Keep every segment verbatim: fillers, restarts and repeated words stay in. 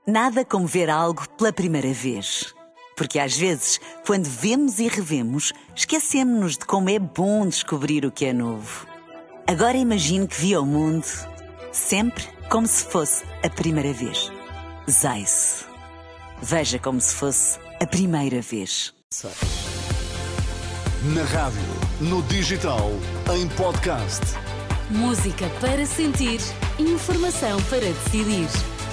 Nada como ver algo pela primeira vez. Porque às vezes, quando vemos e revemos, esquecemos-nos de como é bom descobrir o que é novo. Agora imagine que viu o mundo sempre como se fosse a primeira vez. Zais. Veja como se fosse a primeira vez. Na rádio, no digital, em podcast. Música para sentir, informação para decidir.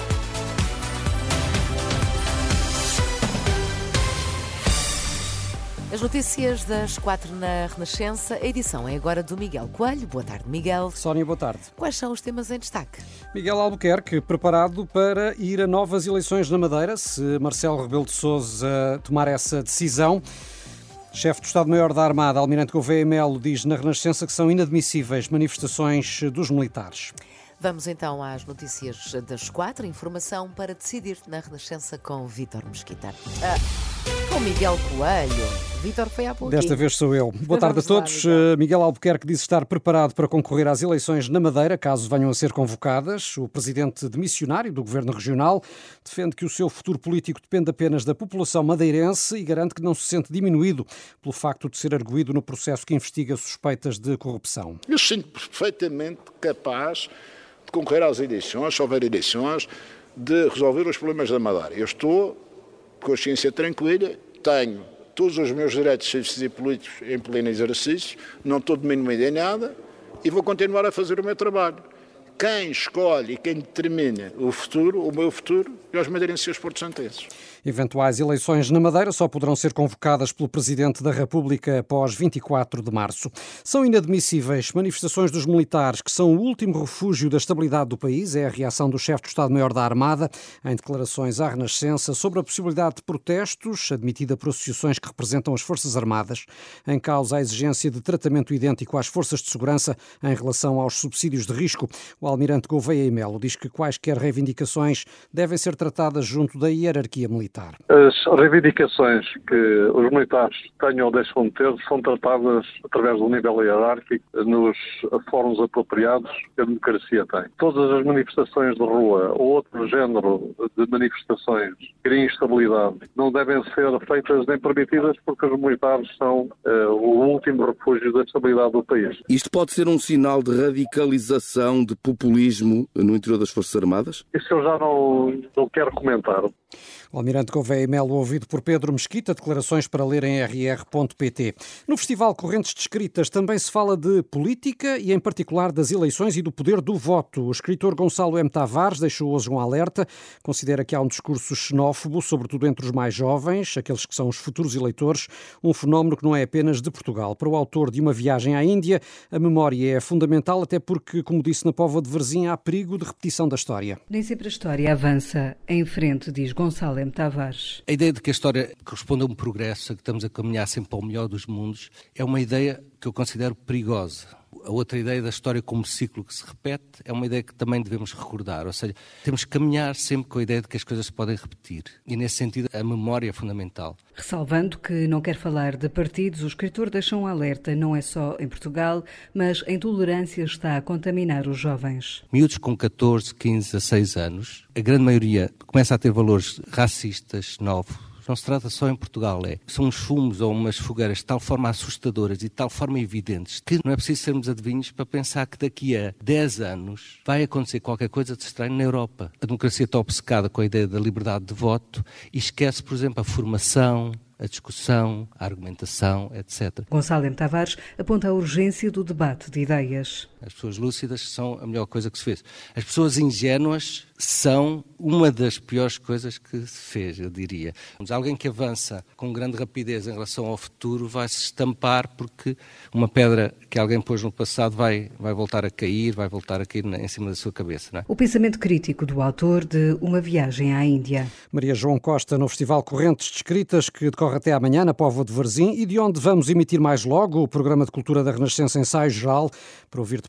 As notícias das quatro na Renascença. A edição é agora do Miguel Coelho. Boa tarde, Miguel. Sónia, boa tarde. Quais são os temas em destaque? Miguel Albuquerque, preparado para ir a novas eleições na Madeira, se Marcelo Rebelo de Sousa tomar essa decisão. Chefe do Estado-Maior da Armada, Almirante Gouveia Melo, diz na Renascença que são inadmissíveis manifestações dos militares. Vamos então às notícias das quatro. Informação para decidir na Renascença com Vítor Mesquita. Ah, com Miguel Coelho. Vítor foi há pouco. Desta vez sou eu. Boa tarde a todos. Lá, Miguel. Miguel Albuquerque diz estar preparado para concorrer às eleições na Madeira, caso venham a ser convocadas. O presidente demissionário do Governo Regional defende que o seu futuro político depende apenas da população madeirense e garante que não se sente diminuído pelo facto de ser arguido no processo que investiga suspeitas de corrupção. Eu sinto perfeitamente capaz de concorrer às eleições, se houver eleições, de resolver os problemas da Madeira. Eu estou de consciência tranquila, tenho todos os meus direitos cívicos e políticos em pleno exercício, não estou diminuindo em nada e vou continuar a fazer o meu trabalho. Quem escolhe e quem determina o futuro, o meu futuro, é os madeirenses e os porto-santenses. Eventuais eleições na Madeira só poderão ser convocadas pelo Presidente da República após vinte e quatro de março. São inadmissíveis manifestações dos militares, que são o último refúgio da estabilidade do país. É a reação do chefe do Estado-Maior da Armada em declarações à Renascença sobre a possibilidade de protestos, admitida por associações que representam as Forças Armadas, em causa a exigência de tratamento idêntico às forças de segurança em relação aos subsídios de risco. O Almirante Gouveia Melo diz que quaisquer reivindicações devem ser tratadas junto da hierarquia militar. As reivindicações que os militares tenham ou deixam de ter são tratadas através do nível hierárquico nos fóruns apropriados que a democracia tem. Todas as manifestações de rua ou outro género de manifestações que criem instabilidade não devem ser feitas nem permitidas porque os militares são uh, o último refúgio da estabilidade do país. Isto pode ser um sinal de radicalização, de populismo no interior das Forças Armadas? Isso eu já não, não quero comentar. O Almirante Gouveia Melo, ouvido por Pedro Mesquita, declarações para ler em r r ponto p t. No Festival Correntes de Escritas também se fala de política e, em particular, das eleições e do poder do voto. O escritor Gonçalo M. Tavares deixou hoje um alerta. Considera que há um discurso xenófobo, sobretudo entre os mais jovens, aqueles que são os futuros eleitores, um fenómeno que não é apenas de Portugal. Para o autor de Uma Viagem à Índia, a memória é fundamental, até porque, como disse na Póvoa de Varzim, há perigo de repetição da história. Nem sempre a história avança em frente, diz Gonçalo M. Tavares. A ideia de que a história corresponde a um progresso, a que estamos a caminhar sempre para o melhor dos mundos, é uma ideia que eu considero perigosa. A outra ideia da história como ciclo que se repete é uma ideia que também devemos recordar. Ou seja, temos que caminhar sempre com a ideia de que as coisas se podem repetir. E, nesse sentido, a memória é fundamental. Ressalvando que não quer falar de partidos, o escritor deixa um alerta, não é só em Portugal, mas a intolerância está a contaminar os jovens. Miúdos com catorze, quinze, dezasseis anos, a grande maioria começa a ter valores racistas, novos. Não se trata só em Portugal, é. São uns fumos ou umas fogueiras de tal forma assustadoras e de tal forma evidentes que não é preciso sermos adivinhos para pensar que daqui a dez anos vai acontecer qualquer coisa de estranho na Europa. A democracia está obcecada com a ideia da liberdade de voto e esquece, por exemplo, a formação, a discussão, a argumentação, etcétera. Gonçalo M. Tavares aponta a urgência do debate de ideias. As pessoas lúcidas são a melhor coisa que se fez. As pessoas ingênuas são uma das piores coisas que se fez, eu diria. Alguém que avança com grande rapidez em relação ao futuro vai se estampar porque uma pedra que alguém pôs no passado vai, vai voltar a cair, vai voltar a cair em cima da sua cabeça. Não é? O pensamento crítico do autor de Uma Viagem à Índia. Maria João Costa, no Festival Correntes de Escritas, que decorre até amanhã na Póvoa de Varzim, e de onde vamos emitir mais logo o programa de Cultura da Renascença Ensaio Geral, para ouvir depois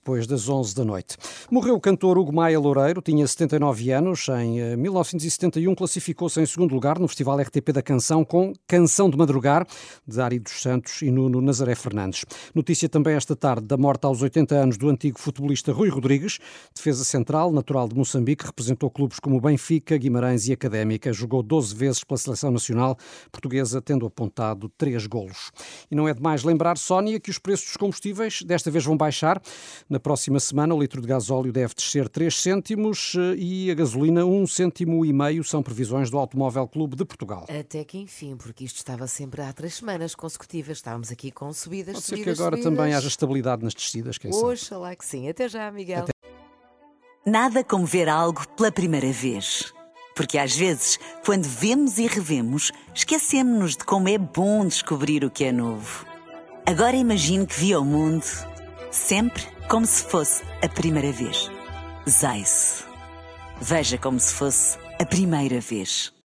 depois das onze da noite. Morreu o cantor Hugo Maia Loureiro, tinha setenta e nove anos. Em mil novecentos e setenta e um classificou-se em segundo lugar no Festival R T P da Canção com Canção de Madrugar, de Ari dos Santos e Nuno Nazaré Fernandes. Notícia também esta tarde da morte aos oitenta anos do antigo futebolista Rui Rodrigues, defesa central, natural de Moçambique, representou clubes como Benfica, Guimarães e Académica. Jogou doze vezes pela Seleção Nacional Portuguesa, tendo apontado três golos. E não é demais lembrar, Sónia, que os preços dos combustíveis desta vez vão baixar. Na próxima semana o litro de gasóleo deve descer três cêntimos e a gasolina um cêntimo e meio, são previsões do Automóvel Clube de Portugal. Até que enfim, porque isto estava sempre há três semanas consecutivas, estávamos aqui com subidas, Pode subidas, ser que agora subidas. também haja estabilidade nas descidas, quem sabe. Oxalá que sim. Até já, Miguel. Até. Nada como ver algo pela primeira vez. Porque às vezes, quando vemos e revemos, esquecemos-nos de como é bom descobrir o que é novo. Agora imagine que viu o mundo sempre como se fosse a primeira vez. Zais. Veja como se fosse a primeira vez.